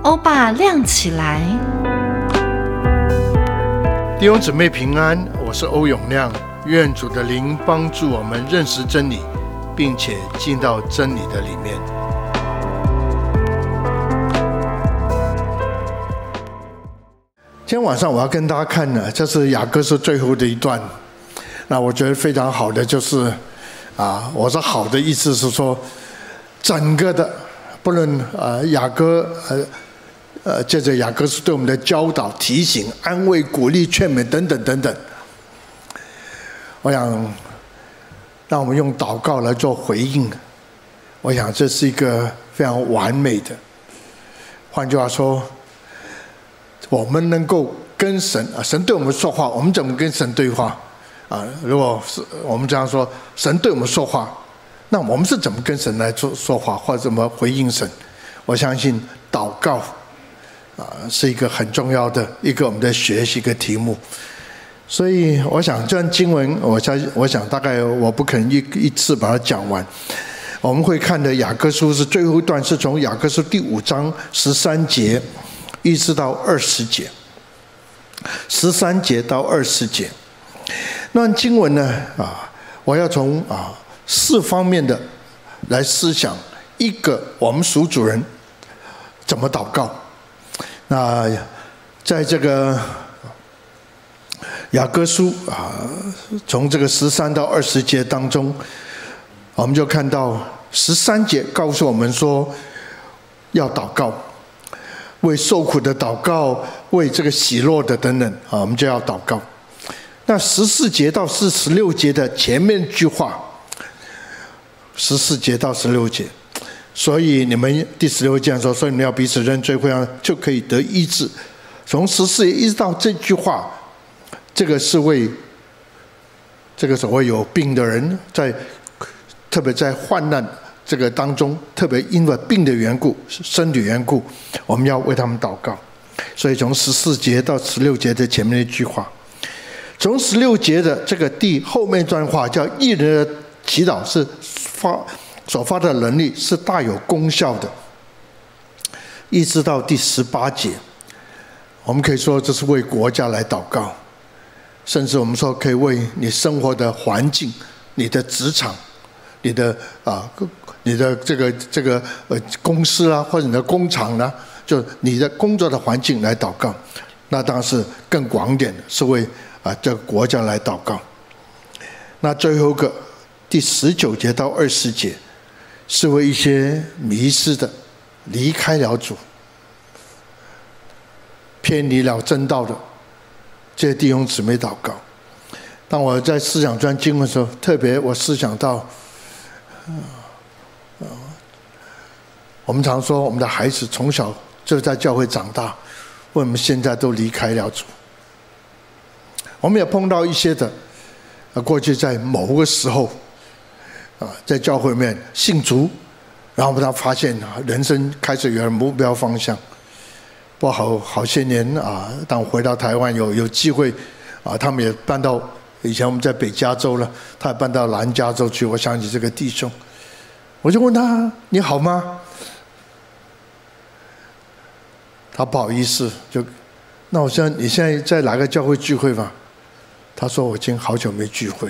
欧巴亮起来。 弟兄姊妹平安，我是欧永亮，愿主的灵帮助我们认识真理，并且进到真理的里面。今天晚上我要跟大家看的，这是雅各书最后的一段。那我觉得非常好的就是我说好的意思是说，整个的不论雅各借着雅各书对我们的教导、提醒、安慰、鼓励、劝勉等等等等，我想让我们用祷告来做回应。我想这是一个非常完美的。换句话说，我们能够跟神神对我们说话，我们怎么跟神对话如果是我们这样说，神对我们说话，那我们是怎么跟神来说话，或者怎么回应神？我相信祷告是一个很重要的一个我们的学习一个题目。所以我想这段经文，我想大概我不可能一次把它讲完。我们会看的雅各书是最后一段，是从雅各书第5章13节一直到20节，13节到20节。那段经文呢我要从4方面的来思想，一个我们属主人怎么祷告。那在这个雅各书从这个13到20节当中，我们就看到13节告诉我们说要祷告，为受苦的祷告，为这个喜乐的等等我们就要祷告。那14节到16节的前面句话，14节到16节，所以你们第16节说，所以你们要彼此认罪，会让就可以得医治。从14节一直到这句话，这个是为这个所谓有病的人，特别在患难这个当中，特别因为病的缘故、身体缘故，我们要为他们祷告。所以从14节到16节的前面那句话，从16节的这个后面一段话叫义人的祈祷是所发的能力是大有功效的，一直到第18节，我们可以说这是为国家来祷告，甚至我们说可以为你生活的环境、你的职场、你的这个公司或者你的工厂就你的工作的环境来祷告。那当然是更广一点的，是为这个国家来祷告。那最后一个第19节到20节，是为一些迷失的、离开了主、偏离了真道的这些弟兄姊妹祷告。当我在思想这段经文的时候，特别我思想到我们常说我们的孩子从小就在教会长大，为什么现在都离开了主？我们也碰到一些的过去在某个时候在教会里面信主，然后他发现人生开始有了目标方向。不好些年当我回到台湾有机会他们也搬到以前我们在北加州了，他也搬到南加州去。我想起这个弟兄，我就问他你好吗？他不好意思，那我说你现在在哪个教会聚会吗？他说我已经好久没聚会。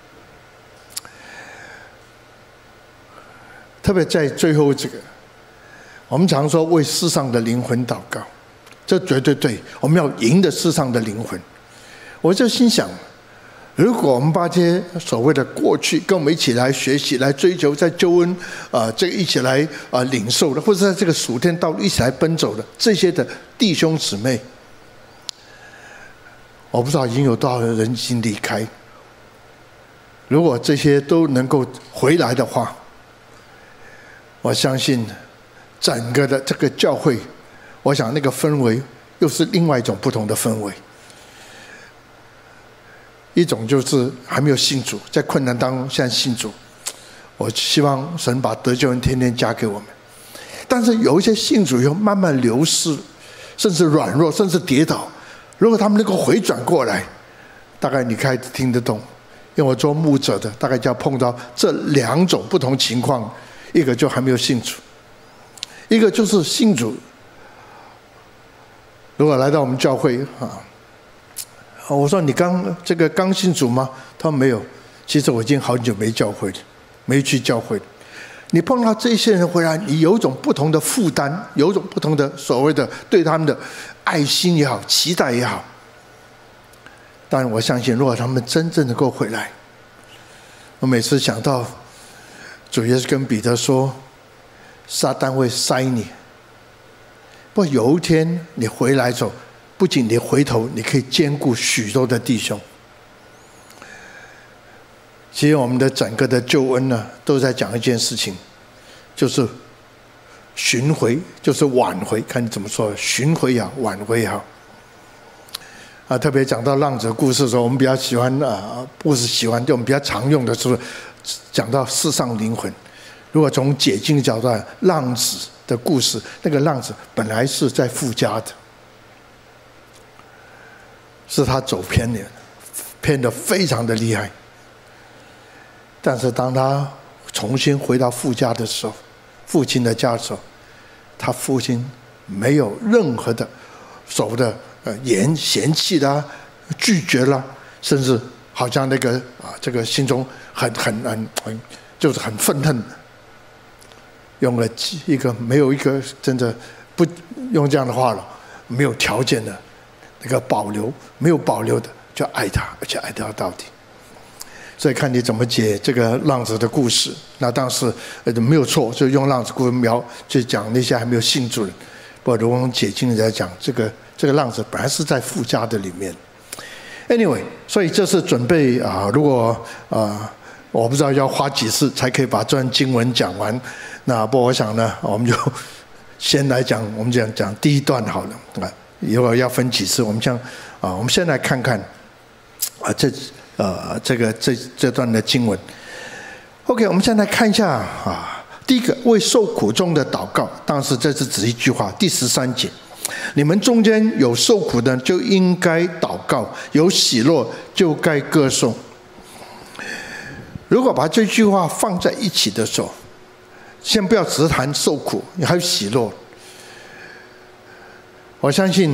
特别在最后这个，我们常说为世上的灵魂祷告，这绝对对，我们要赢得世上的灵魂。我就心想，如果我们把这些所谓的过去跟我们一起来学习、来追求，在救恩这个一起来领受的，或者在这个属天道路一起来奔走的这些的弟兄姊妹，我不知道已经有多少人已经离开。如果这些都能够回来的话，我相信整个的这个教会，我想那个氛围又是另外一种不同的氛围。一种就是还没有信主，在困难当中现在信主，我希望神把得救人天天加给我们。但是有一些信主以后慢慢流失，甚至软弱，甚至跌倒，如果他们能够回转过来，大概你开始听得懂。因为我做牧者的，大概就要碰到这2种不同情况，一个就还没有信主，一个就是信主如果来到我们教会我说你刚信主吗？他说没有，其实我已经好久没去教会了。你碰到这些人回来，你有一种不同的负担，有一种不同的所谓的对他们的爱心也好，期待也好。当然我相信，如果他们真正能够回来，我每次想到主耶稣跟彼得说，撒旦会塞你，不过有一天你回来的时候，不仅你回头，你可以兼顾许多的弟兄。其实我们的整个的救恩呢，都在讲一件事情，就是寻回，就是挽回，看你怎么说，寻回也好，挽回也好。特别讲到浪子的故事的时候，我们比较喜欢不是喜欢，就我们比较常用的是讲到世上灵魂。如果从解经的角度来，浪子的故事，那个浪子本来是在父家的，是他走偏了，偏得非常的厉害。但是当他重新回到父家的时候，父亲的家的时候，他父亲没有任何的所谓的嫌弃啦、拒绝啦，甚至好像这个心中很就是很愤恨，用了没有一个真的不用这样的话了，没有条件的那个保留，没有保留的就爱他，而且爱他到底。所以看你怎么解这个浪子的故事。那当时没有错，就用浪子故事就讲那些还没有信主人。不过如果用解经来讲，这个浪子本来是在父家的里面。Anyway， 所以这是准备如果我不知道要花几次才可以把这段经文讲完。那不过我想呢，我们就先来讲，我们讲第一段好了。如果要分几次，我们我们先来看看这段的经文。OK， 我们现在看一下第一个为受苦中的祷告，当时这是只一句话，第13节，你们中间有受苦的就应该祷告，有喜乐就该歌颂。如果把这句话放在一起的时候，先不要只谈受苦，你还有喜乐。我相信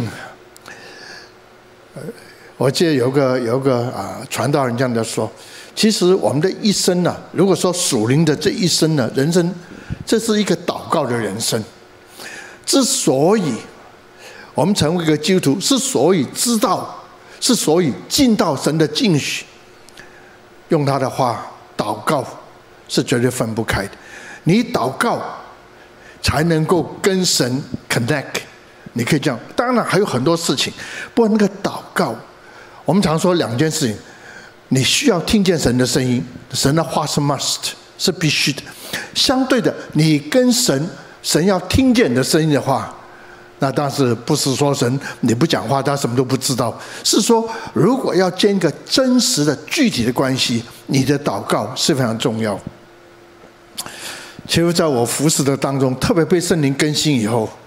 我记得有个传道人这样的说，其实我们的一生呢，如果说属灵的这一生呢，人生这是一个祷告的人生。之所以我们成为一个基督徒，是所以知道，是所以进到神的应许，用他的话，祷告是绝对分不开的。你祷告才能够跟神 connect， 你可以这样。当然还有很多事情，不过那个祷告，我们常说两件事情，你需要听见神的声音，神的话是 must， 是必须的。相对的，你跟神要听见你的声音的话，那当然不是说神你不讲话他什么都不知道，是说如果要建一个真实的具体的关系，你的祷告是非常重要。其实在我服侍的当中，特别被圣灵更新以后，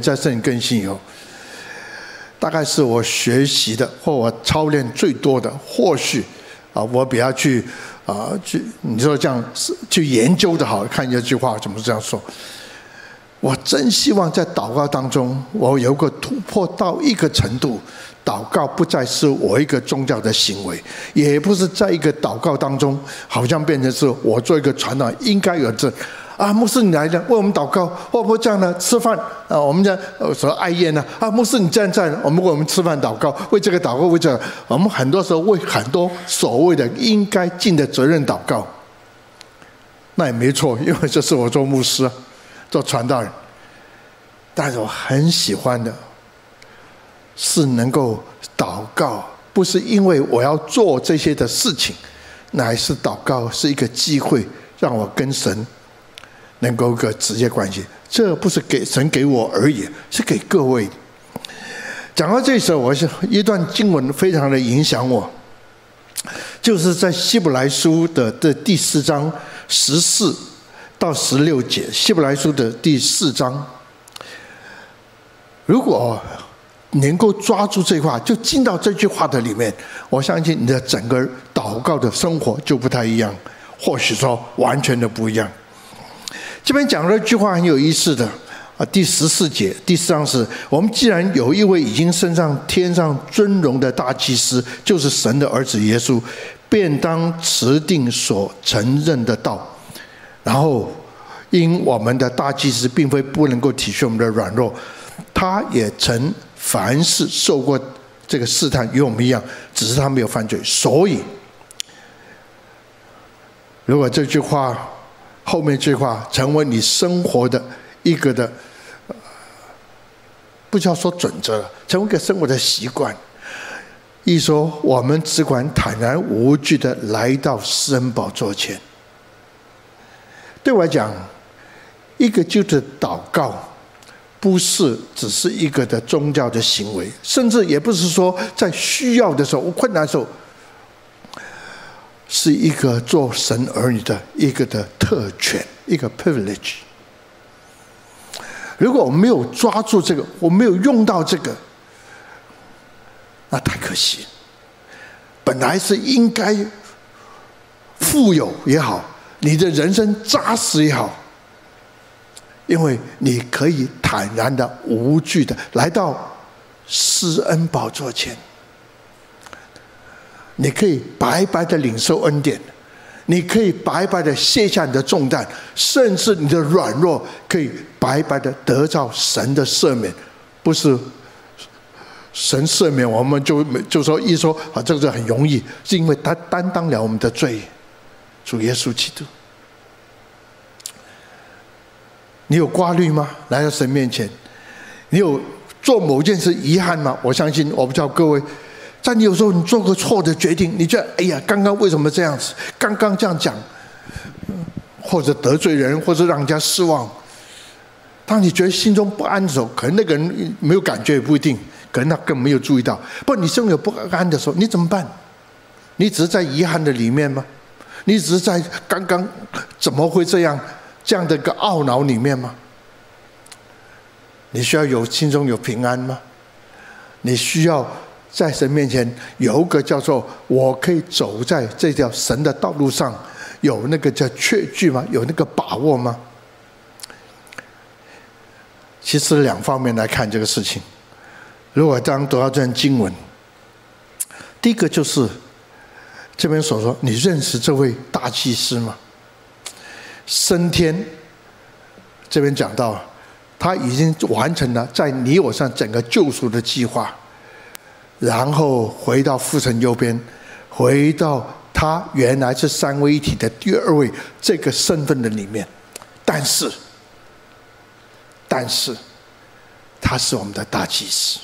大概是我学习的或我操练最多的，或许我比较去你说这样去研究的好，看这句话怎么这样说。我真希望在祷告当中，我有个突破到一个程度，祷告不再是我一个宗教的行为，也不是在一个祷告当中，好像变成是我做一个传道应该有这。牧师你来了，为我们祷告，会不会这样呢？吃饭我们讲说爱宴呢牧师你站在，我们为我们吃饭祷告，为这个祷告，为这个，我们很多时候为很多所谓的应该尽的责任祷告，那也没错，因为这是我做牧师做传道人。但是我很喜欢的是能够祷告，不是因为我要做这些的事情，乃是祷告是一个机会，让我跟神能够有个直接关系。这不是给神给我而已，是给各位。讲到这时候，我是一段经文非常的影响我，就是在希伯来书的第4章14到16节，希伯来书的第4章。如果能够抓住这句话，就进到这句话的里面，我相信你的整个祷告的生活就不太一样，或许说完全的不一样。这边讲了一句话很有意思的第14节，第4章是我们既然有一位已经升上天上尊荣的大祭司，就是神的儿子耶稣，便当持定所承认的道。然后因我们的大祭司并非不能够体恤我们的软弱，他也曾凡事受过这个试探，与我们一样，只是他没有犯罪。所以如果这句话后面这句话成为你生活的一个的不叫说准则，成为一个生活的习惯，一说我们只管坦然无惧的来到施恩宝座前。对我来讲，一个就是祷告不是只是一个的宗教的行为，甚至也不是说在需要的时候困难的时候，是一个做神儿女的一个的特权，一个 privilege。 如果我们没有抓住这个，我没有用到这个，那太可惜。本来是应该富有也好，你的人生扎实也好，因为你可以坦然的无惧的来到施恩宝座前，你可以白白的领受恩典，你可以白白的卸下你的重担，甚至你的软弱可以白白的得到神的赦免。不是神赦免我们就说一说啊，这个很容易，是因为他担当了我们的罪，主耶稣基督。你有挂虑吗？来到神面前，你有做某件事遗憾吗？我相信，我不知道各位，在你有时候你做个错的决定，你觉得哎呀，刚刚为什么这样子？刚刚这样讲，或者得罪人，或者让人家失望。当你觉得心中不安的时候，可能那个人没有感觉也不一定，可能他根本没有注意到。不，你心里有不安的时候，你怎么办？你只是在遗憾的里面吗？你只是在刚刚怎么会这样的一个懊恼里面吗？你需要心中有平安吗？你需要在神面前有一个叫做我可以走在这条神的道路上，有那个叫确据吗？有那个把握吗？其实两方面来看这个事情。如果当读到这段经文，第一个就是这边所说，你认识这位大祭司吗？升天这边讲到，他已经完成了在你我上整个救赎的计划，然后回到父神右边，回到他原来是三位一体的第二位这个身份的里面。但是他是我们的大祭司，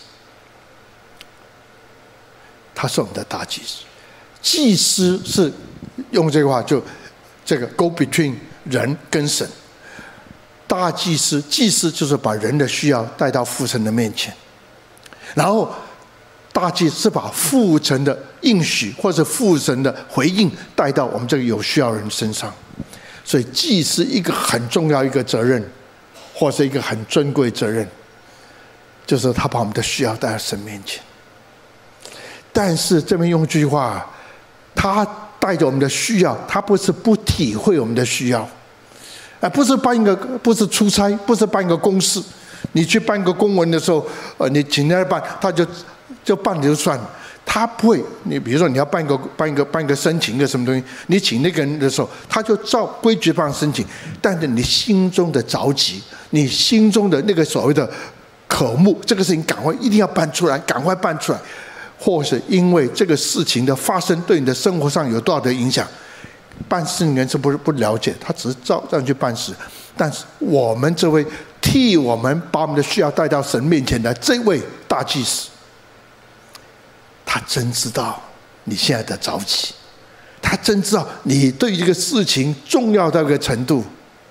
他是我们的大祭司。祭司是用这个话，就这个 go between 人跟神。大祭司，祭司就是把人的需要带到父神的面前，然后大祭司是把父神的应许或者父神的回应带到我们这个有需要人身上。所以祭司一个很重要一个责任，或是一个很尊贵责任，就是他把我们的需要带到神面前。但是这边用一句话，他带着我们的需要，他不是不体会我们的需要，不是出差，不是办一个公事，你去办个公文的时候，你请他办，他就办就算了。他不会，你比如说你要办一个申请一个什么东西，你请那个人的时候，他就照规矩帮申请，但是你心中的着急，你心中的那个所谓的渴慕，这个事情一定要办出来，赶快办出来，或是因为这个事情的发生对你的生活上有多少的影响，办事人是不了解，他只是照这样去办事。但是我们这位替我们把我们的需要带到神面前的这位大祭司，他真知道你现在的着急，他真知道你对于这个事情重要到一个程度，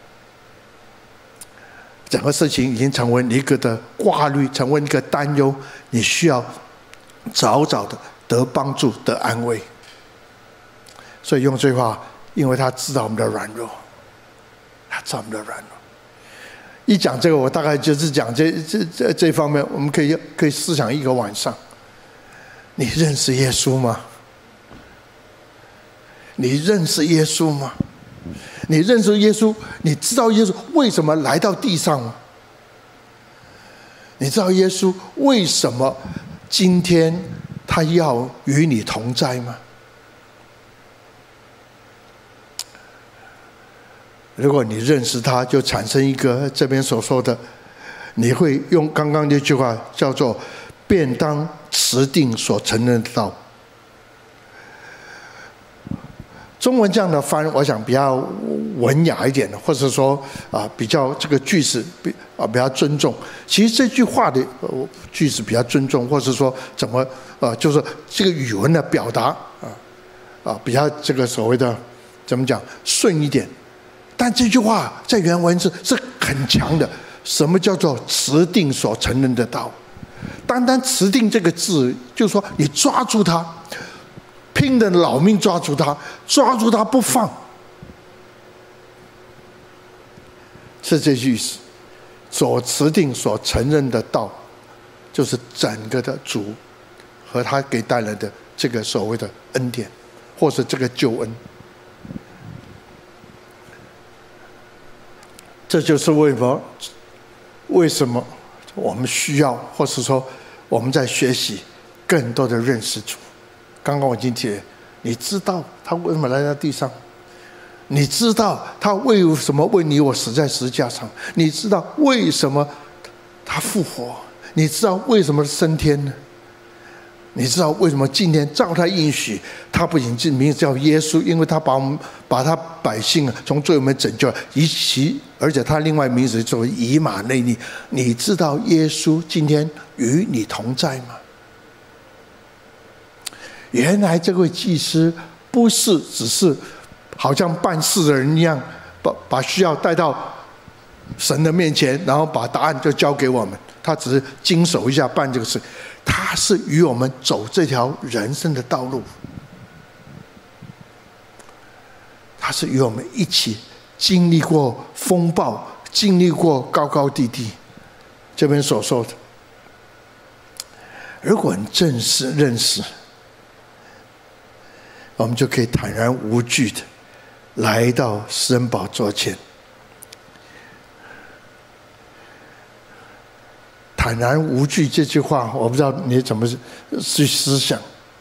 整个事情已经成为一个的挂虑，成为一个担忧，你需要早早的得帮助得安慰。所以用这句话，因为他知道我们的软弱，他知道我们的软弱。一讲这个，我大概就是讲这方面，我们可以思想一个晚上。你认识耶稣吗？你认识耶稣吗？你认识耶稣？你知道耶稣为什么来到地上吗？ 你知道耶稣为什么今天他要与你同在吗？如果你认识他，就产生一个这边所说的，你会用刚刚那句话叫做“便当持定所承认的道”。中文这样的翻，我想比较文雅一点的，或者说比较这个句子比较尊重。其实这句话的句子比较尊重，或者说怎么就是这个语文的表达比较这个所谓的怎么讲顺一点。但这句话在原文是很强的。什么叫做持定所承认的道？单单持定这个字，就是说你抓住它。拼的老命抓住他，抓住他不放，是这句意思。所持定、所承认的道，就是整个的主和他给带来的这个所谓的恩典，或是这个救恩。这就是为什么我们需要，或是说我们在学习更多的认识主。刚刚我已经提了，你知道他为什么来到地上？你知道他为什么为你我死在十字架上？你知道为什么他复活？你知道为什么升天呢？你知道为什么今天照他应许，他不仅名字叫耶稣，因为他把他百姓从罪恶里面拯救了，而且他另外名字作为以马内利。你知道耶稣今天与你同在吗？原来这位祭司不是只是好像办事的人一样，把需要带到神的面前，然后把答案就交给我们。他只是经手一下办这个事，他是与我们走这条人生的道路，他是与我们一起经历过风暴，经历过高高低低。这边所说的，如果你正式认识，我们就可以坦然无惧的来到施恩宝座前。坦然无惧这句话，我不知道你怎么去思想。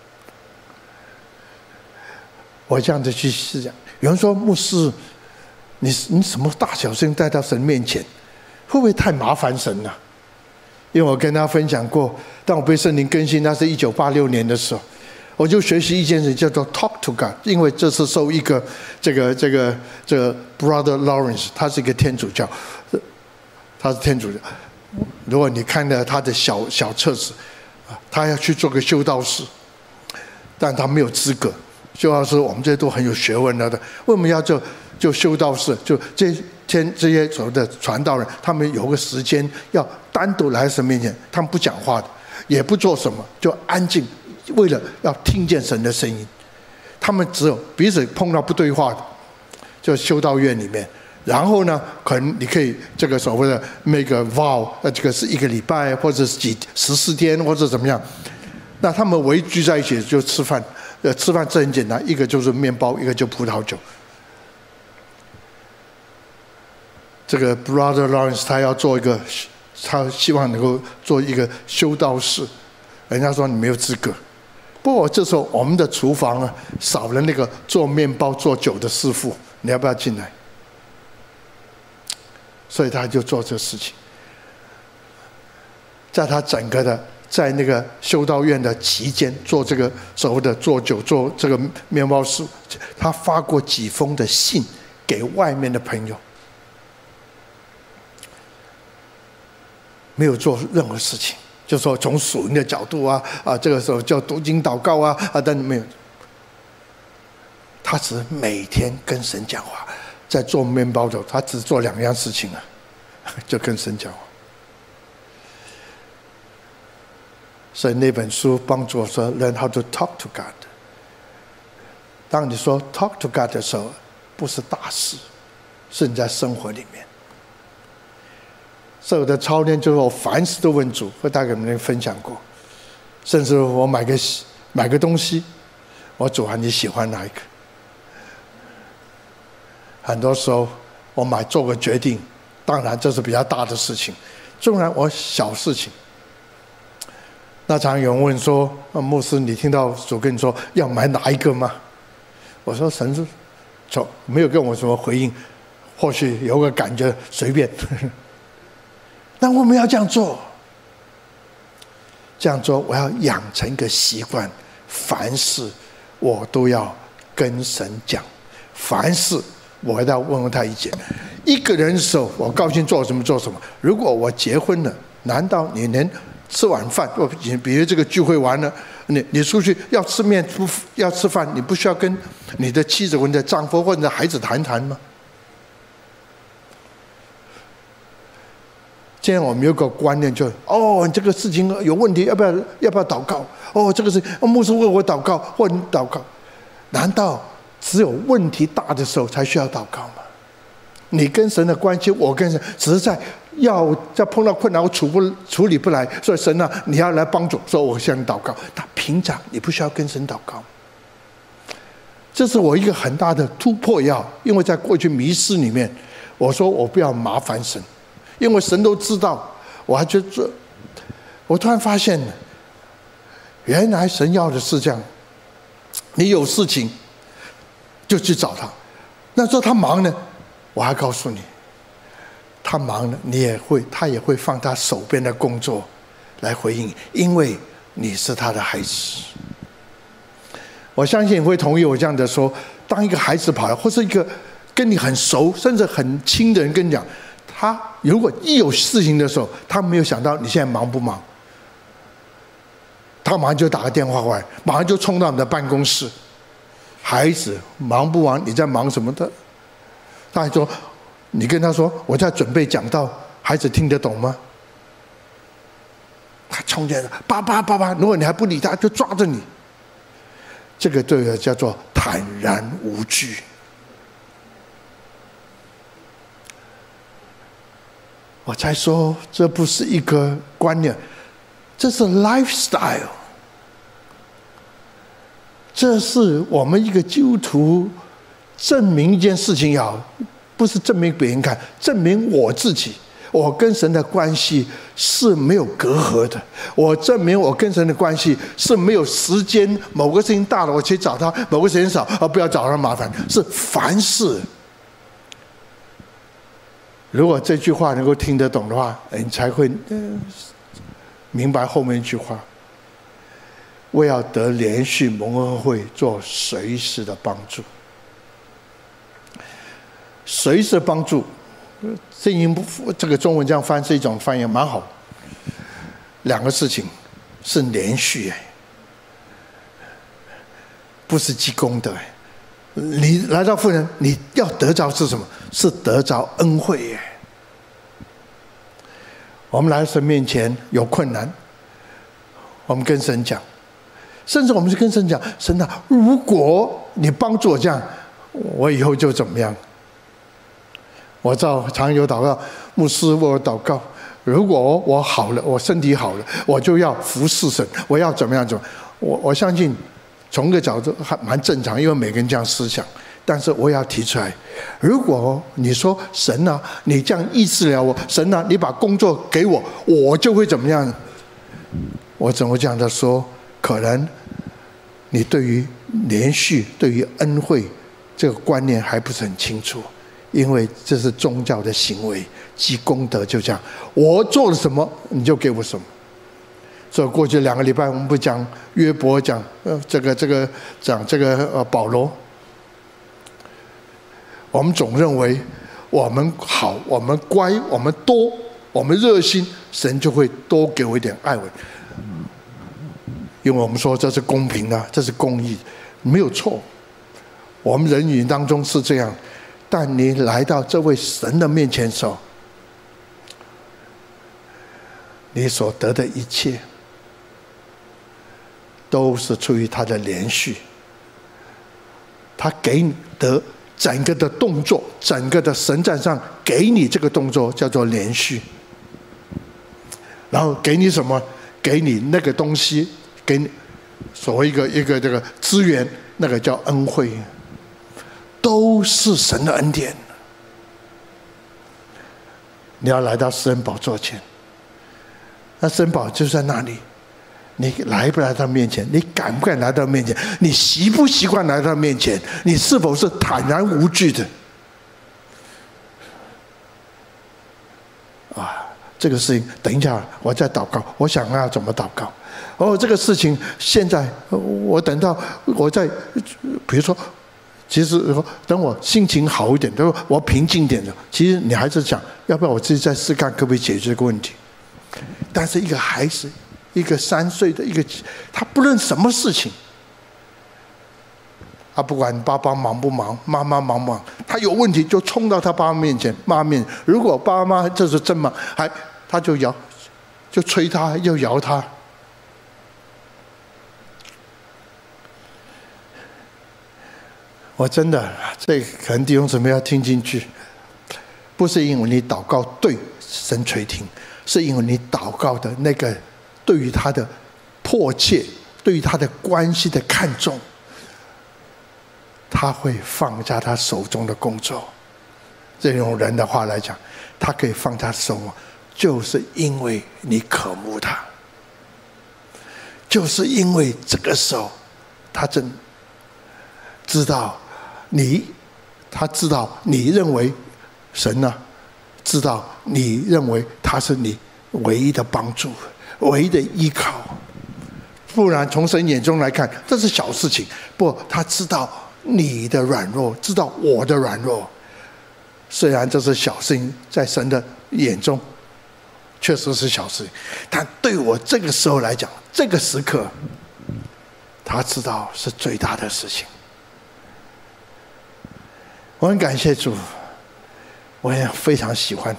我这样子去思想，有人说牧师，你什么大小事带到神面前，会不会太麻烦神了？因为我跟他分享过，当我被圣灵更新，那是1986年的时候。我就学习一件事，叫做 Talk to God。因为这是受一个这个 Brother Lawrence， 他是一个天主教，他是天主教。如果你看了他的小册子，他要去做个修道士，但他没有资格。修道士我们这些都很有学问的，为什么要就修道士？就这些所谓的传道人，他们有个时间要单独来神面前，他们不讲话的，也不做什么，就安静。为了要听见神的声音，他们只有彼此碰到不对话的，就修道院里面。然后呢，可能你可以这个所谓的 make a vow， 这个是1个礼拜，或者是14天，或者怎么样。那他们围聚在一起就吃饭，吃饭这很简单，一个就是面包，一个就葡萄酒。这个 Brother Lawrence 他要做一个，他希望能够做一个修道士，人家说你没有资格。不过这时候我们的厨房啊少了那个做面包做酒的师傅，你要不要进来？所以他就做这事情。在他整个的在那个修道院的期间，做这个所谓的做酒做这个面包师，他发过几封的信给外面的朋友，没有做任何事情。就说从属灵的角度这个时候叫读经祷告但没有，他只是每天跟神讲话。在做面包的时候，他只做2样事情就跟神讲话。所以那本书帮助我说 ，Learn how to talk to God。当你说 talk to God 的时候，不是大事，是你在生活里面。所以我的操练就是我凡事都问主，和大家们分享过。甚至我买个东西，我主啊，你喜欢哪一个？很多时候我做个决定， 当然这是比较大的事情，纵然我小事情。那常有人问说：“牧师，你听到主跟你说要买哪一个吗？”我说：“神是没有跟我什么回应，或许有个感觉，随便。”但我们要这样做，这样做我要养成一个习惯，凡事我都要跟神讲，凡事我还要问问他意见。一个人的时候，我高兴做什么做什么。如果我结婚了，难道你连吃晚饭，比如这个聚会完了，你出去要吃面要吃饭，你不需要跟你的妻子或者丈夫或者孩子谈谈吗？现在我们有个观念，就这个事情有问题，要不要祷告？这个是牧师为我祷告，或你祷告。难道只有问题大的时候才需要祷告吗？你跟神的关系，我跟神只是在碰到困难，我处理不来，所以神啊，你要来帮助，所以我向你祷告。但平常你不需要跟神祷告，这是我一个很大的突破因为在过去迷失里面，我说我不要麻烦神，因为神都知道，我还觉得我突然发现，原来神要的是这样，你有事情就去找他，那时候他忙呢。我还告诉你，他忙了，他也会放他手边的工作来回应，因为你是他的孩子。我相信你会同意我这样的说：当一个孩子跑来，或是一个跟你很熟甚至很亲的人跟你讲，他如果一有事情的时候，他没有想到你现在忙不忙，他马上就打个电话过来，马上就冲到你的办公室。孩子忙不忙？你在忙什么的？他还说，你跟他说我在准备讲道，孩子听得懂吗？他冲进来，叭叭叭叭，如果你还不理他，就抓着你。这个对我叫做坦然无惧。我才说，这不是一个观念，这是 lifestyle。这是我们一个基督徒证明一件事情不是证明别人看，证明我自己，我跟神的关系是没有隔阂的。我证明我跟神的关系是没有时间，某个事情大了我去找他，某个时间少不要找他麻烦，是凡事。如果这句话能够听得懂的话，你才会明白后面一句话：为要得连续蒙恩惠，做随时的帮助。随时帮助，这个中文这样翻是一种翻译，蛮好。两个事情是连续，不是积功德。你来到妇人，你要得着是什么？是得着恩惠。我们来神面前有困难，我们跟神讲，甚至我们是跟神讲：神啊，如果你帮助我这样，我以后就怎么样？我常有祷告，牧师为我祷告，如果我好了，我身体好了，我就要服侍神，我要怎么样？我相信从个角度还蛮正常，因为每个人这样思想。但是我也要提出来，如果你说神啊，你这样医治了我，神啊，你把工作给我，我就会怎么样？我怎么讲的说，可能你对于连续、对于恩惠这个观念还不是很清楚。因为这是宗教的行为，积功德就这样，我做了什么你就给我什么。所以过去2个礼拜我们不讲约伯，讲保罗，我们总认为我们好，我们乖，我们多，我们热心，神就会多给我一点爱文。因为我们说这是公平的，这是公义，没有错。我们人语当中是这样。但你来到这位神的面前的时候，你所得的一切都是出于他的连续。他给你的整个的动作，整个的神在上给你这个动作叫做连续，然后给你什么？给你那个东西，给你所谓一个这个资源，那个叫恩惠。都是神的恩典。 你要来到施恩宝座前，那施恩宝就在那里。你来不来到面前？你敢不敢来到面前？你习不习惯来到面前？你是否是坦然无惧的？这个事情等一下我再祷告，我想要怎么祷告。这个事情现在我等到我再，比如说，其实等我心情好一点，等我平静点的，其实你还是想要不要我自己再试看可不可以解决这个问题。但是一个孩子，一个3岁的一个，他不论什么事情，他不管爸爸忙不忙，妈妈忙不忙，他有问题就冲到他爸妈面前骂面。如果爸妈这是真忙，他就摇，就催他，又摇他。我真的，这可能弟兄姊妹要听进去，不是因为你祷告对神垂听，是因为你祷告的那个对于他的迫切，对于他的关系的看重，他会放下他手中的工作。这用人的话来讲，他可以放下手，就是因为你渴慕他，就是因为这个时候他真知道他知道你认为神呢，知道你认为他是你唯一的帮助，唯一的依靠。不然从神眼中来看，这是小事情。不，他知道你的软弱，知道我的软弱。虽然这是小事情，在神的眼中确实是小事情，但对我这个时候来讲，这个时刻他知道是最大的事情。我很感谢主，我也非常喜欢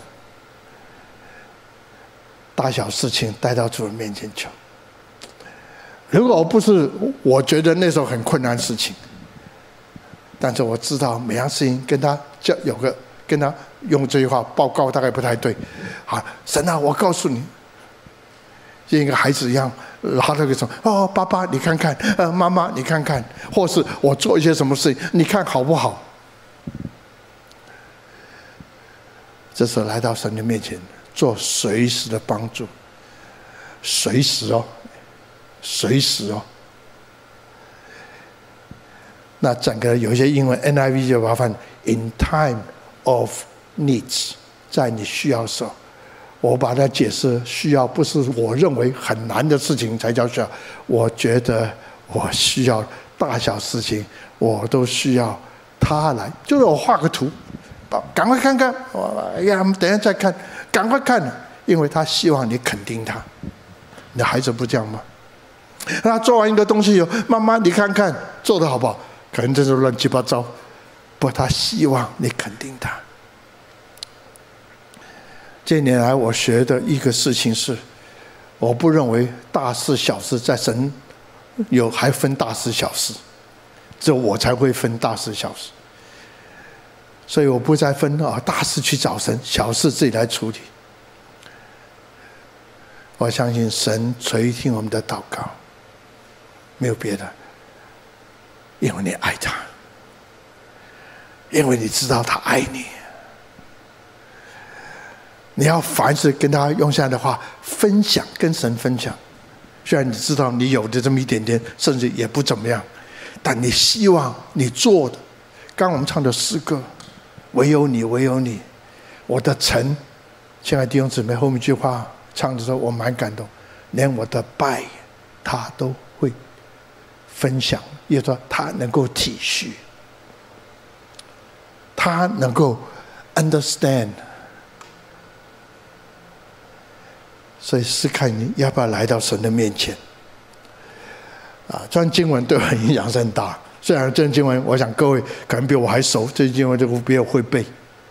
大小事情带到主的面前求。如果不是我觉得那时候很困难的事情，但是我知道每样事情跟他跟他用这句话报告大概不太对。神啊，我告诉你，像一个孩子一样，拉那个手，爸爸你看看，妈妈你看看，或是我做一些什么事情，你看好不好？这时候来到神的面前，做随时的帮助，随时哦。那整个有一些英文 NIV 就把它翻 in time of needs， 在你需要的时候。我把它解释，需要不是我认为很难的事情才叫需要，我觉得我需要大小事情我都需要他来。就是我画个图，赶快看看，哎呀，等一下再看，赶快看，因为他希望你肯定他。你的孩子不这样吗？他做完一个东西以后，妈妈你看看做得好不好？可能这是乱七八糟，不，他希望你肯定他。这年来我学的一个事情是，我不认为大事小事在神还分大事小事，只有我才会分大事小事。所以我不再分大事去找神，小事自己来处理。我相信神垂听我们的祷告，没有别的，因为你爱他，因为你知道他爱你。你要凡事跟他用这样的话分享，跟神分享。虽然你知道你有的这么一点点，甚至也不怎么样，但你希望你做的，刚我们唱的诗歌，唯有你，唯有你，我的神。亲爱的弟兄姊妹，后面一句话唱的时候我蛮感动，连我的败他都会分享，也说他能够体恤，他能够 understand。所以是看你要不要来到神的面前。这段经文对我影响是很大。虽然这段经文，我想各位可能比我还熟，这段经文就比我会背。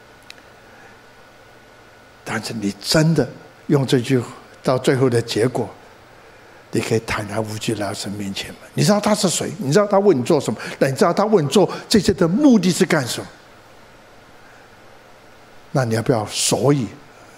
但是你真的用这句到最后的结果，你可以坦然无惧来到神面前吗？你知道他是谁？你知道他为你做什么？那你知道他为你做这些的目的是干什么？那你要不要？所以。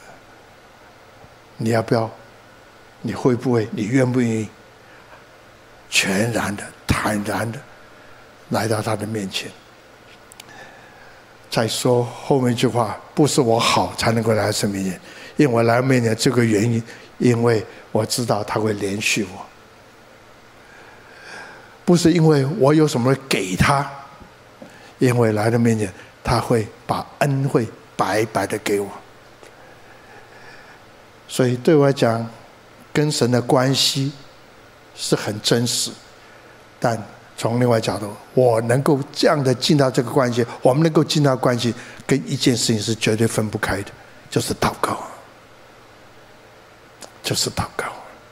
你要不要？你会不会？你愿不愿意？全然的、坦然的来到他的面前？ 再说后面一句话，不是我好才能够来神面前，因为我来面前这个原因，因为我知道他会连续我，不是因为我有什么给他，因为来到面前他会把恩惠白白的给我。所以对我来讲，跟神的关系是很真实，但从另外角度，我能够这样的进到这个关系，我们能够进到关系，跟一件事情是绝对分不开的，就是祷告，就是祷告。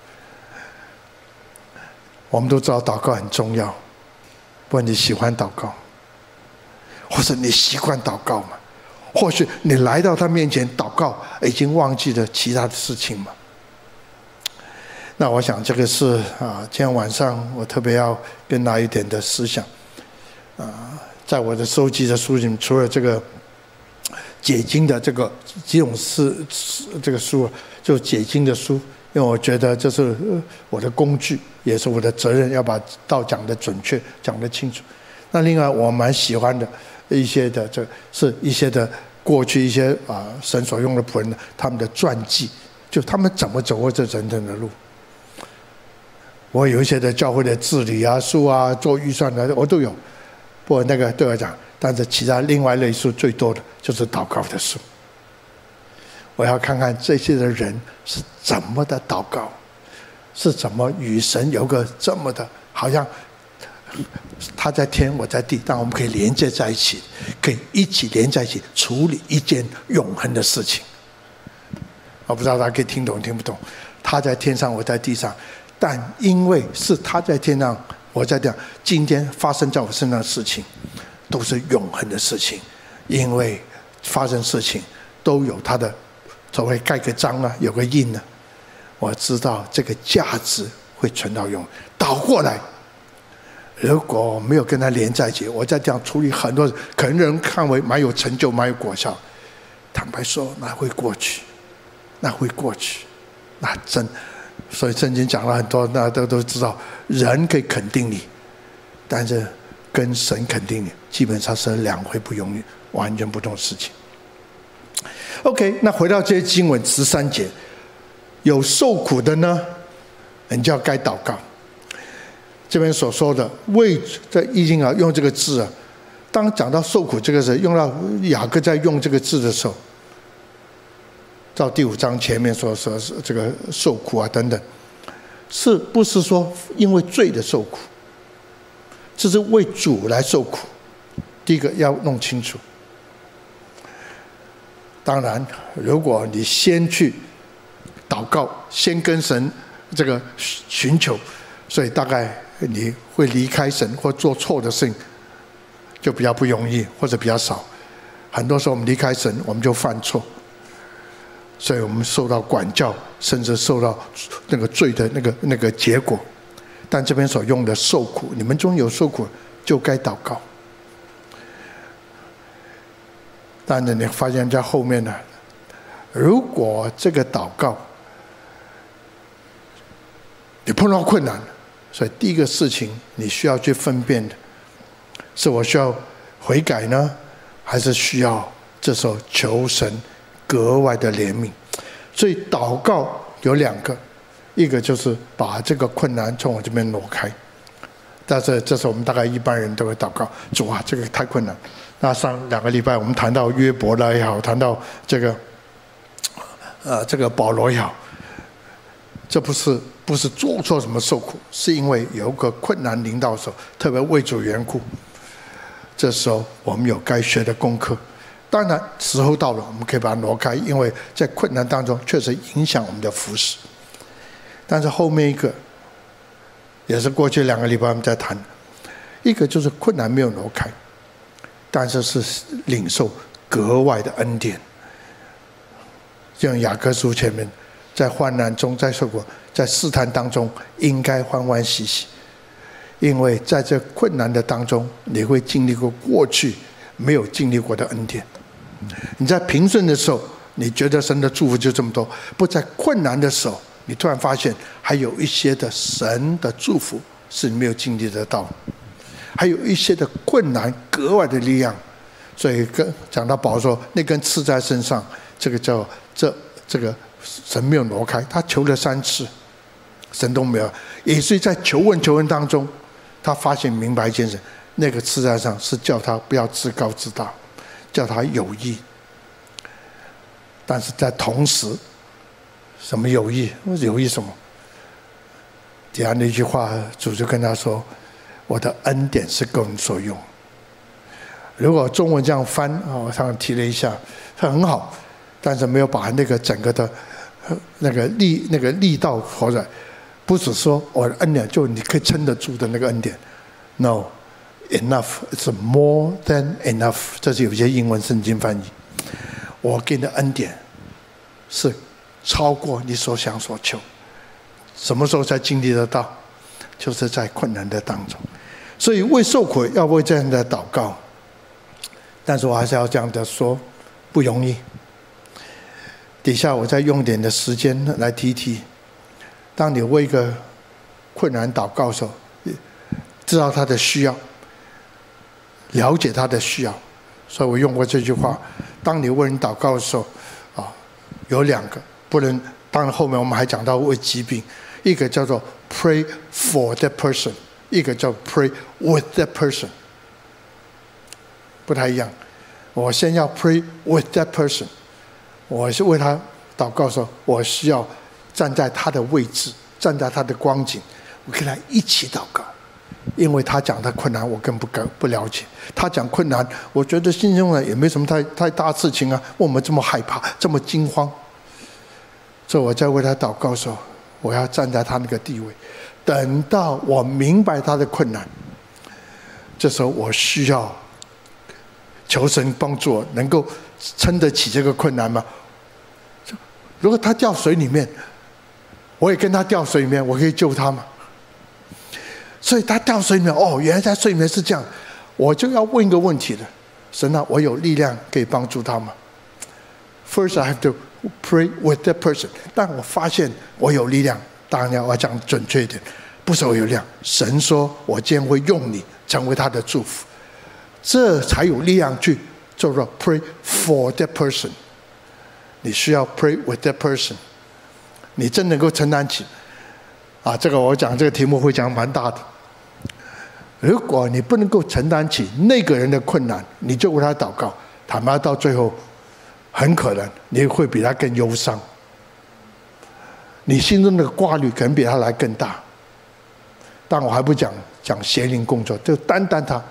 我们都知道祷告很重要，不管你喜欢祷告，或者你习惯祷告嘛，或许你来到他面前祷告，已经忘记了其他的事情嘛。那我想这个是今天晚上我特别要跟大家一点的思想在我的收集的书里面，除了这个解经的这个几种这个书，就解经的书，因为我觉得这是我的工具，也是我的责任，要把道讲得准确，讲得清楚。那另外我蛮喜欢的一些的，这是一些的过去一些神所用的仆人他们的传记，就他们怎么走过这整整的路。我有一些的教会的治理书做预算的我都有，不过那个对我讲，但是其他另外类书最多的就是祷告的书。我要看看这些的人是怎么的祷告，是怎么与神有个这么的，好像他在天我在地，但我们可以连接在一起，可以一起连在一起处理一件永恒的事情。我不知道大家可以听懂听不懂，他在天上我在地上，但因为是他在天上我在地上，今天发生在我身上的事情都是永恒的事情，因为发生事情都有他的所谓盖个章有个印我知道这个价值会存到永。倒过来，如果没有跟他连在一起，我在这样处理很多可能人看为蛮有成就蛮有果效，坦白说那会过去，那会过去，那真。所以圣经讲了很多，大家都知道，人可以肯定你，但是跟神肯定你基本上是两回不永远完全不同的事情。OK， 那回到这些经文13节，有受苦的呢，你就要该祷告。这边所说的为在易经用这个字当讲到受苦这个字，用到雅各在用这个字的时候，照第5章前面说这个受苦等等，是不是说因为罪的受苦？这是为主来受苦。第一个要弄清楚。当然，如果你先去祷告，先跟神这个寻求，所以大概你会离开神或做错的事情，就比较不容易，或者比较少。很多时候我们离开神，我们就犯错。所以我们受到管教，甚至受到那个罪的那个结果。但这边所用的受苦，你们中有受苦，就该祷告。但是你发现在后面呢，如果这个祷告你碰到困难，所以第一个事情你需要去分辨的，是我需要悔改呢，还是需要这时候求神格外的怜悯？所以祷告有2个，一个就是把这个困难从我这边挪开。但是这是我们大概一般人都会祷告，主啊，这个太困难。那上2个礼拜我们谈到约伯了也好，谈到这个保罗也好，这不是做错什么受苦，是因为有个困难临到的时候，特别为主缘故，这时候我们有该学的功课。当然时候到了，我们可以把它挪开，因为在困难当中确实影响我们的服事。但是后面一个也是过去2个礼拜我们在谈，一个就是困难没有挪开，但是是领受格外的恩典。像雅各书前面，在患难中，在受苦，在试探当中，应该欢欢喜喜，因为在这困难的当中，你会经历过过去没有经历过的恩典。你在平顺的时候，你觉得神的祝福就这么多；不在困难的时候，你突然发现还有一些的神的祝福是你没有经历得到，还有一些的困难格外的力量所以讲到保罗说那根刺在身上，这个叫这个神没有挪开，他求了3次，神都没有。也是在求问当中，他发现明白一件事，那个刺在上是叫他不要自高自大，叫他有益。但是在同时，什么有益？有益什么？底下那句话，主就跟他说：“我的恩典是够你所用。”如果中文这样翻我上面提了一下，它很好，但是没有把那个整个的那个力道活出来。不只说我的恩典就你可以撑得住的那个恩典 ，No, enough, it's more than enough。这是有些英文圣经翻译。我给你的恩典是超过你所想所求。什么时候才经历得到？就是在困难的当中。所以为受苦要为这样的祷告。但是我还是要这样的说，不容易。底下我再用点的时间来提提，当你为一个困难祷告的时候，知道他的需要，了解他的需要，所以我用过这句话：当你为人祷告的时候，有2个，不能。当然后面我们还讲到为疾病，一个叫做 pray for that person， 一个叫 pray with that person。不太一样，我先要 pray with that person， 我是为他祷告的时候，我需要站在他的位置，站在他的光景，我跟他一起祷告，因为他讲的困难我更不了解，他讲困难，我觉得心中呢也没什么太大事情啊，为我们这么害怕，这么惊慌，所以我在为他祷告的时候，我要站在他那个地位，等到我明白他的困难，这时候我需要求神帮助我，能够撑得起这个困难吗？如果他掉水里面，我也跟他掉水里面，我可以救他吗？所以他掉水里面，原来在水里面是这样，我就要问一个问题了：神啊，我有力量可以帮助他吗 ？First, I have to pray with that person。但我发现我有力量，当然要讲准确一点，不是我有力量。神说我今天会用你成为他的祝福。这才有力量去做到 pray for that person。你需要 pray with that person， 你真能够承担起。这个我讲这个题目会讲蛮大的。如果你不能够承担起那个人的困难，你就为他祷告，坦白到最后，很可能你会比他更忧伤。你心中的挂虑可能比他来更大。但我还不讲邪灵工作，就单他。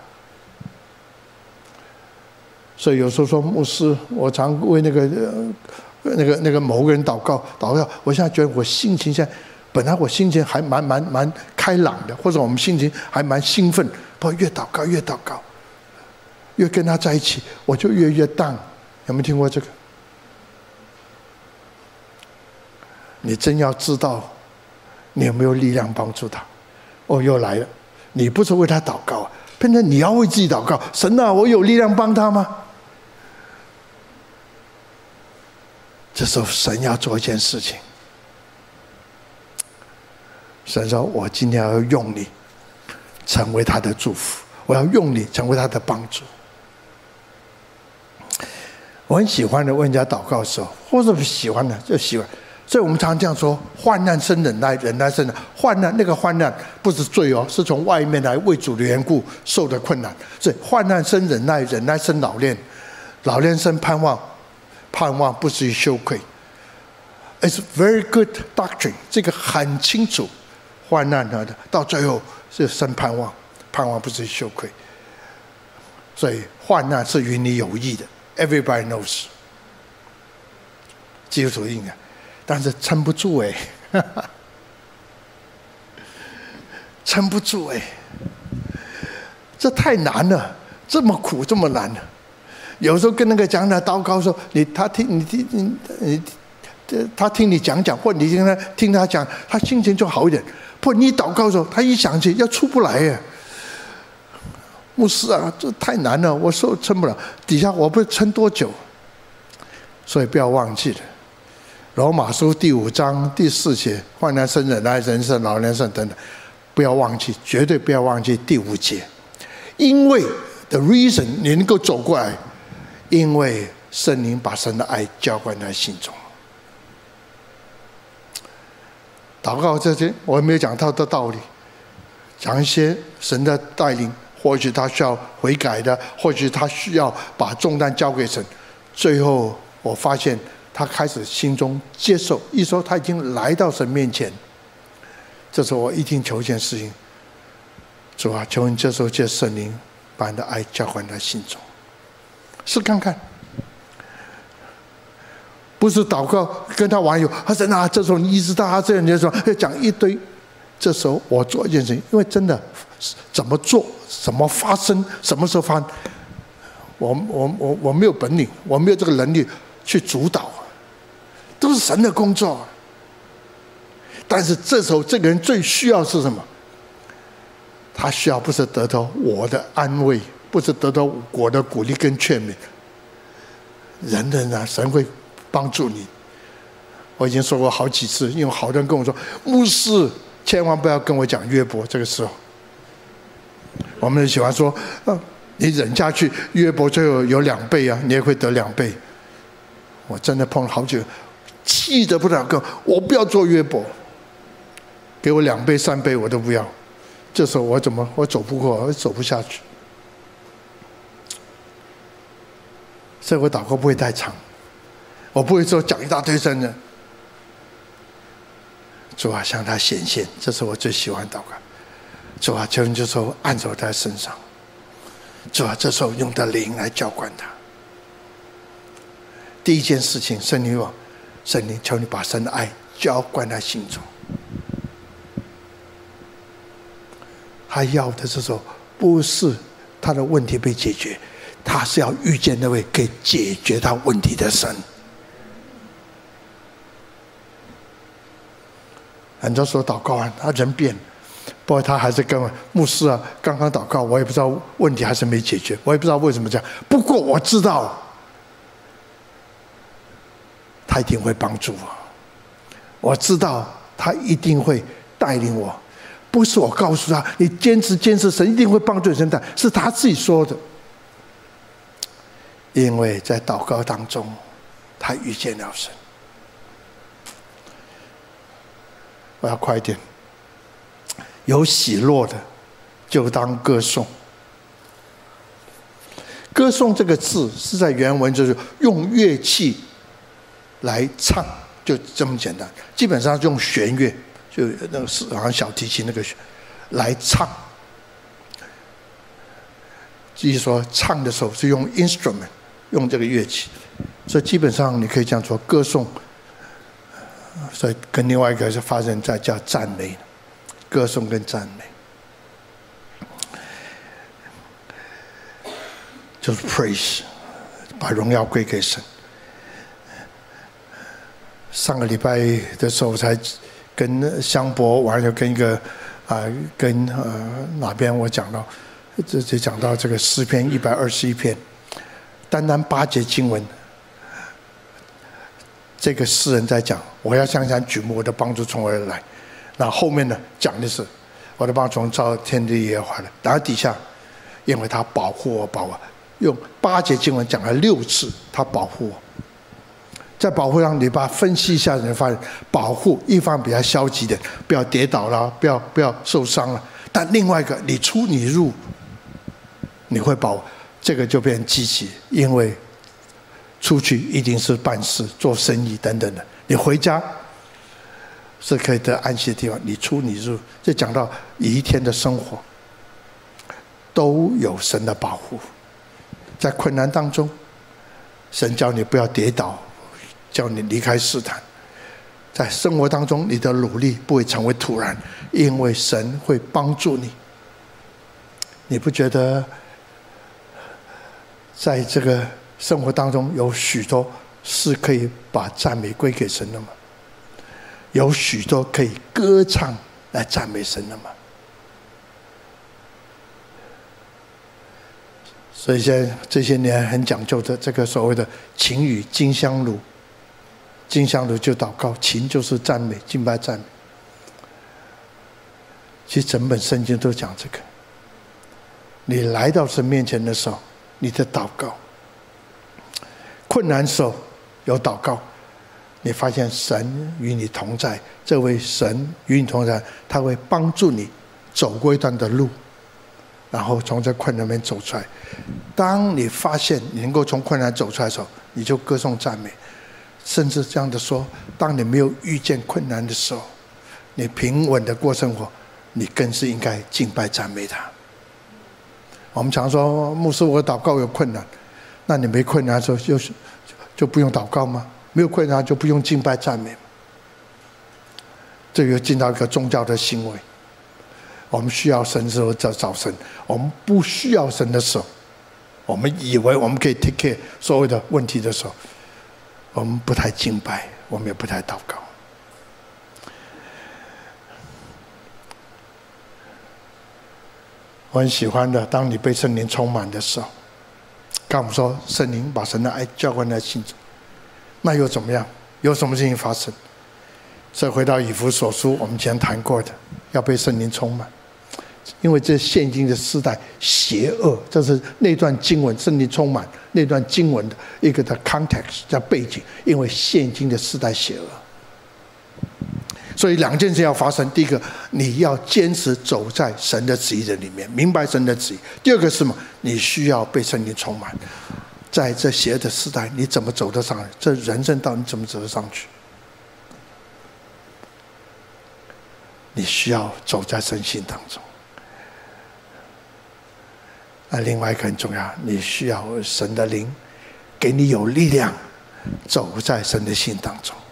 所以有时候说牧师，我常为那个某个人祷告，我现在觉得我心情现在，本来我心情还蛮开朗的，或者我们心情还蛮兴奋，不过越祷告，越跟他在一起，我就越down。有没有听过这个？你真要知道，你有没有力量帮助他？又来了，你不是为他祷告，变成你要为自己祷告。神啊，我有力量帮他吗？这时候神要做一件事情，神说：“我今天要用你成为他的祝福，我要用你成为他的帮助。”我很喜欢的为人家祷告的时候，或者不喜欢的就喜欢。所以我们常常这样说：患难生忍耐，忍耐生忍。患难不是罪是从外面来为主的缘故受的困难。所以患难生忍耐，忍耐生老练，老练生盼望，盼望不至于羞愧。It's very good doctrine， 这个很清楚。患难到最后是生盼望，盼望不至于羞愧。所以患难是与你有益的 ，Everybody knows。基督徒应该。但是撑不住撑不住这太难了，这么苦这么难了。有时候跟那个讲的祷告说，他听你讲，或你听他讲，他心情就好一点。不，你祷告的时候，他一想起要出不来牧师啊，这太难了，我说撑不了。底下我不知撑多久，所以不要忘记了。罗马书第5章第4节，患难生忍耐，忍生老练生等等，不要忘记，绝对不要忘记第5节，因为 the reason 你能够走过来， 因为圣灵把神的爱浇灌在心中。祷告这些我也没有讲到的道理，讲一些神的带领，或许他需要悔改的，或许他需要把重担交给神。最后我发现他开始心中接受，一说他已经来到神面前，这时候我一定求一件事情：主啊，求你这时候借圣灵把你的爱浇灌在心中。试看看，不是祷告跟他网友，神啊，这时候你意识到他这样，你就说讲一堆。这时候我做一件事情，因为真的怎么做、怎么发生、什么时候发生，我没有本领，我没有这个能力去主导，都是神的工作。但是这时候这个人最需要是什么？他需要不是得到我的安慰，不是得到我的鼓励跟劝勉。人啊，神会帮助你。我已经说过好几次，因为好多人跟我说，牧师千万不要跟我讲约伯。这个时候，我们喜欢说，你忍下去，约伯最后有2倍啊，你也会得2倍。我真的碰了好久，气得不得了，我不要做约伯，给我2倍3倍我都不要。这时候我走不过，我走不下去。所以我祷告不会太长，我不会说讲一大堆真的。主啊，向他显现，这是我最喜欢祷告。主啊，求你这时候按手在身上。主啊，这时候用的灵来浇灌他。第一件事情，圣灵求你把神的爱浇灌在心中。他要的这时候不是他的问题被解决，他是要遇见那位可以解决他问题的神。很多时候祷告完，他人变，不过他还是跟我牧师啊，刚刚祷告，我也不知道问题还是没解决，我也不知道为什么这样。不过我知道，他一定会帮助我，我知道他一定会带领我。不是我告诉他，你坚持，神一定会帮助你。是他自己说的，因为在祷告当中，他遇见了神。我要快一点。有喜乐的，就当歌颂。歌颂这个字是在原文就是用乐器来唱，就这么简单。基本上用弦乐，就那个好像小提琴那个来唱。就是说唱的时候是用 instrument， 用这个乐器，所以基本上你可以这样说，歌颂。所以跟另外一个是发生在叫赞美，歌颂跟赞美，就是 praise， 把荣耀归给神。上个礼拜的时候才跟香博完了，跟一个哪边我讲到，这讲到这个诗篇121篇，单单8节经文。这个诗人在讲，我要向山举目，我的帮助从何而来。那后面呢，讲的是我的帮助从造天地耶和华的。然后底下，因为他保护我，用8节经文讲了6次，他保护我。在保护上，你把它分析一下，你会发现保护一方比较消极的，不要跌倒了，不要受伤了。但另外一个，你出你入，你会保护，这个就变积极，因为出去一定是办事、做生意等等的，你回家是可以得安息的地方。你出你入，这讲到一天的生活都有神的保护。在困难当中，神叫你不要跌倒，叫你离开试探。在生活当中，你的努力不会成为突然，因为神会帮助你。你不觉得在这个生活当中有许多是可以把赞美归给神的吗？有许多可以歌唱来赞美神的吗？所以现在这些年很讲究的这个所谓的琴语金香炉，金香炉就祷告，琴就是赞美、敬拜、赞美。其实整本圣经都讲这个。你来到神面前的时候，你的祷告困难的时候有祷告，你发现神与你同在，这位神与你同在，他会帮助你走过一段的路，然后从这困难里面走出来。当你发现你能够从困难走出来的时候，你就歌颂赞美。甚至这样的说，当你没有遇见困难的时候，你平稳的过生活，你更是应该敬拜赞美他。我们常说，牧师，我祷告有困难，那你没困难的时候就不用祷告吗？没有困难就不用敬拜赞美吗？这个进到一个宗教的行为。我们需要神的时候找神，我们不需要神的时候，我们以为我们可以 take care 所有的问题的时候，我们不太敬拜，我们也不太祷告。我很喜欢的，当你被圣灵充满的时候，刚我们说圣灵把神的爱浇灌在心中，那又怎么样？有什么事情发生？所以回到以弗所书，我们以前谈过的，要被圣灵充满，因为这现今的时代邪恶，这是那段经文圣灵充满那段经文的一个的 context 叫背景，因为现今的时代邪恶。所以两件事要发生，第一个，你要坚持走在神的旨意的里面，明白神的旨意；第二个是什么？你需要被圣灵充满。在这邪恶的时代，你怎么走得上来？这人生道你怎么走得上去？你需要走在神性当中。那另外一个很重要，你需要神的灵给你有力量，走在神的心当中。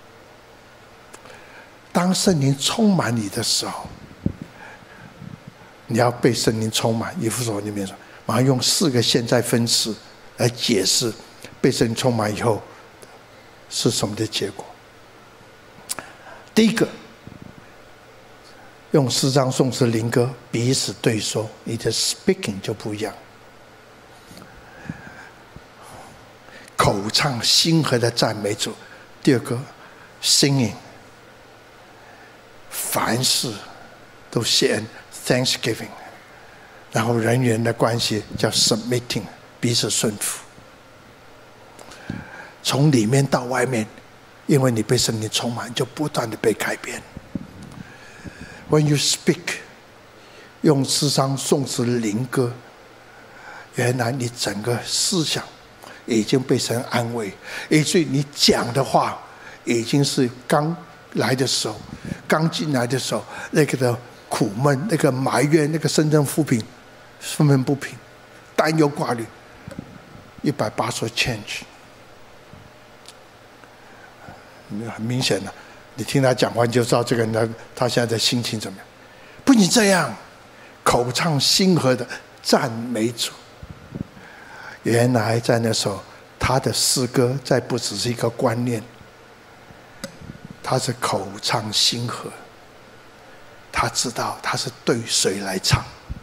当圣灵充满你的时候，你要被圣灵充满。以弗所里面说，马上用4个现在分词来解释被圣灵充满以后是什么的结果。第一个，用诗章、颂词、灵歌彼此对说，你的 speaking 就不一样。口唱心和的赞美主。第二个 ，singing。凡事都献 thanksgiving， 然后人员的关系叫 submitting， 彼此顺服。从里面到外面，因为你被圣灵充满，就不断的被改变。When you speak， 用诗章、颂词、灵歌，原来你整个思想已经被神安慰，以至于你讲的话已经是刚来的时候，刚进来的时候，那个的苦闷、那个埋怨、那个深深不平、愤愤不平、担忧挂虑，180 change。很明显的，你听他讲完就知道这个人他现在的心情怎么样。不仅这样，口唱心和的赞美主。原来在那时候，他的诗歌再不只是一个观念。他是口唱心和，他知道他是对谁来唱。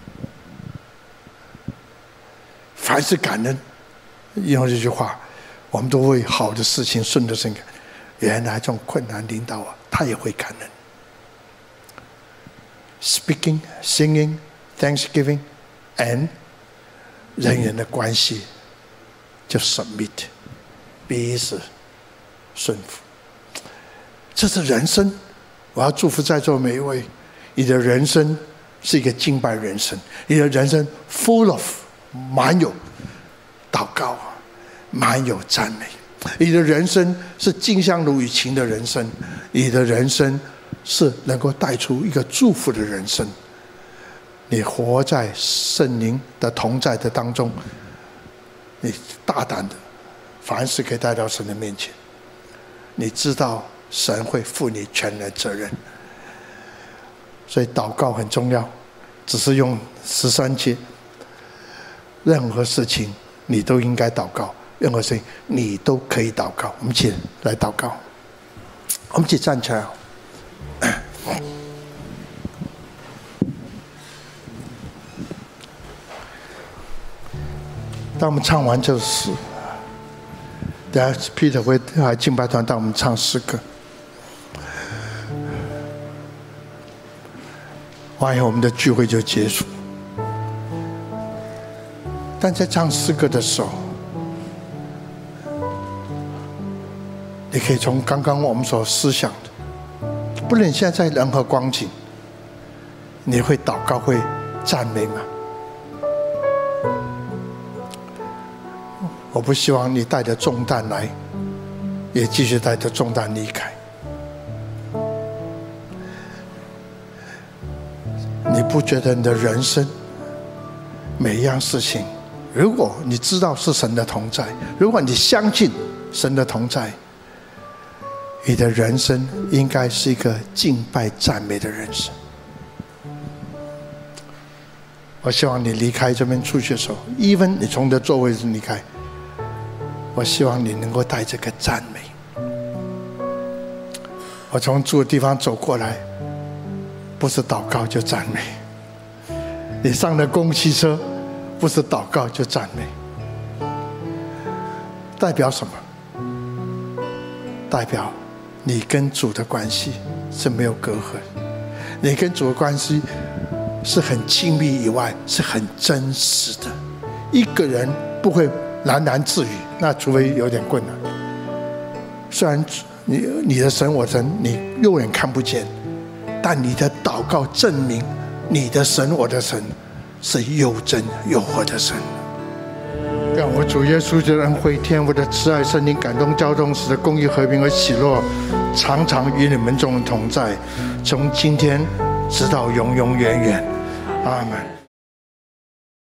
凡是感恩，用这句话，我们都会好的事情顺着神。原来这种困难领导啊，他也会感恩。Speaking, singing, thanksgiving, and 人员的关系就 submit， 彼此顺服。这是人生，我要祝福在座每一位，你的人生是一个敬拜人生，你的人生 full of 满有祷告，满有赞美，你的人生是敬香炉与情的人生，你的人生是能够带出一个祝福的人生。你活在圣灵的同在的当中，你大胆的凡事可以带到神的面前，你知道神会负你全然责任。所以祷告很重要，只是用13节，任何事情你都应该祷告，任何事情你都可以祷告。我们一起来祷告，我们一起站起来。当我们唱完这首诗，等下 Peter 会来敬拜团带我们唱诗歌。完以后我们的聚会就结束。但在唱诗歌的时候， 可以从刚刚我们所思想的，不论现在任何光景，你会祷告会赞美吗？我不希望你带着重担来，也继续带着重担离开。你不觉得你的人生每一样事情，如果你知道是神的同在，如果你相信神的同在，你的人生应该是一个敬拜赞美的人生。我希望你离开这边出去的时候，even你从你的座位上离开，我希望你能够带着个赞美。我从住的地方走过来，不是祷告就赞美。你上了公汽车，不是祷告就赞美。代表什么？代表你跟主的关系是没有隔阂，你跟主的关系是很亲密以外，是很真实的。一个人不会喃喃自语，那除非有点困难。虽然你的神我神你肉眼看不见，但你的祷告证明你的神我的神是又真又活的神。让我主耶稣的恩惠、天父的慈爱、圣灵感动交通，使得公义、和平和喜乐常常与你们众人同在，从今天直到永永远远。阿们。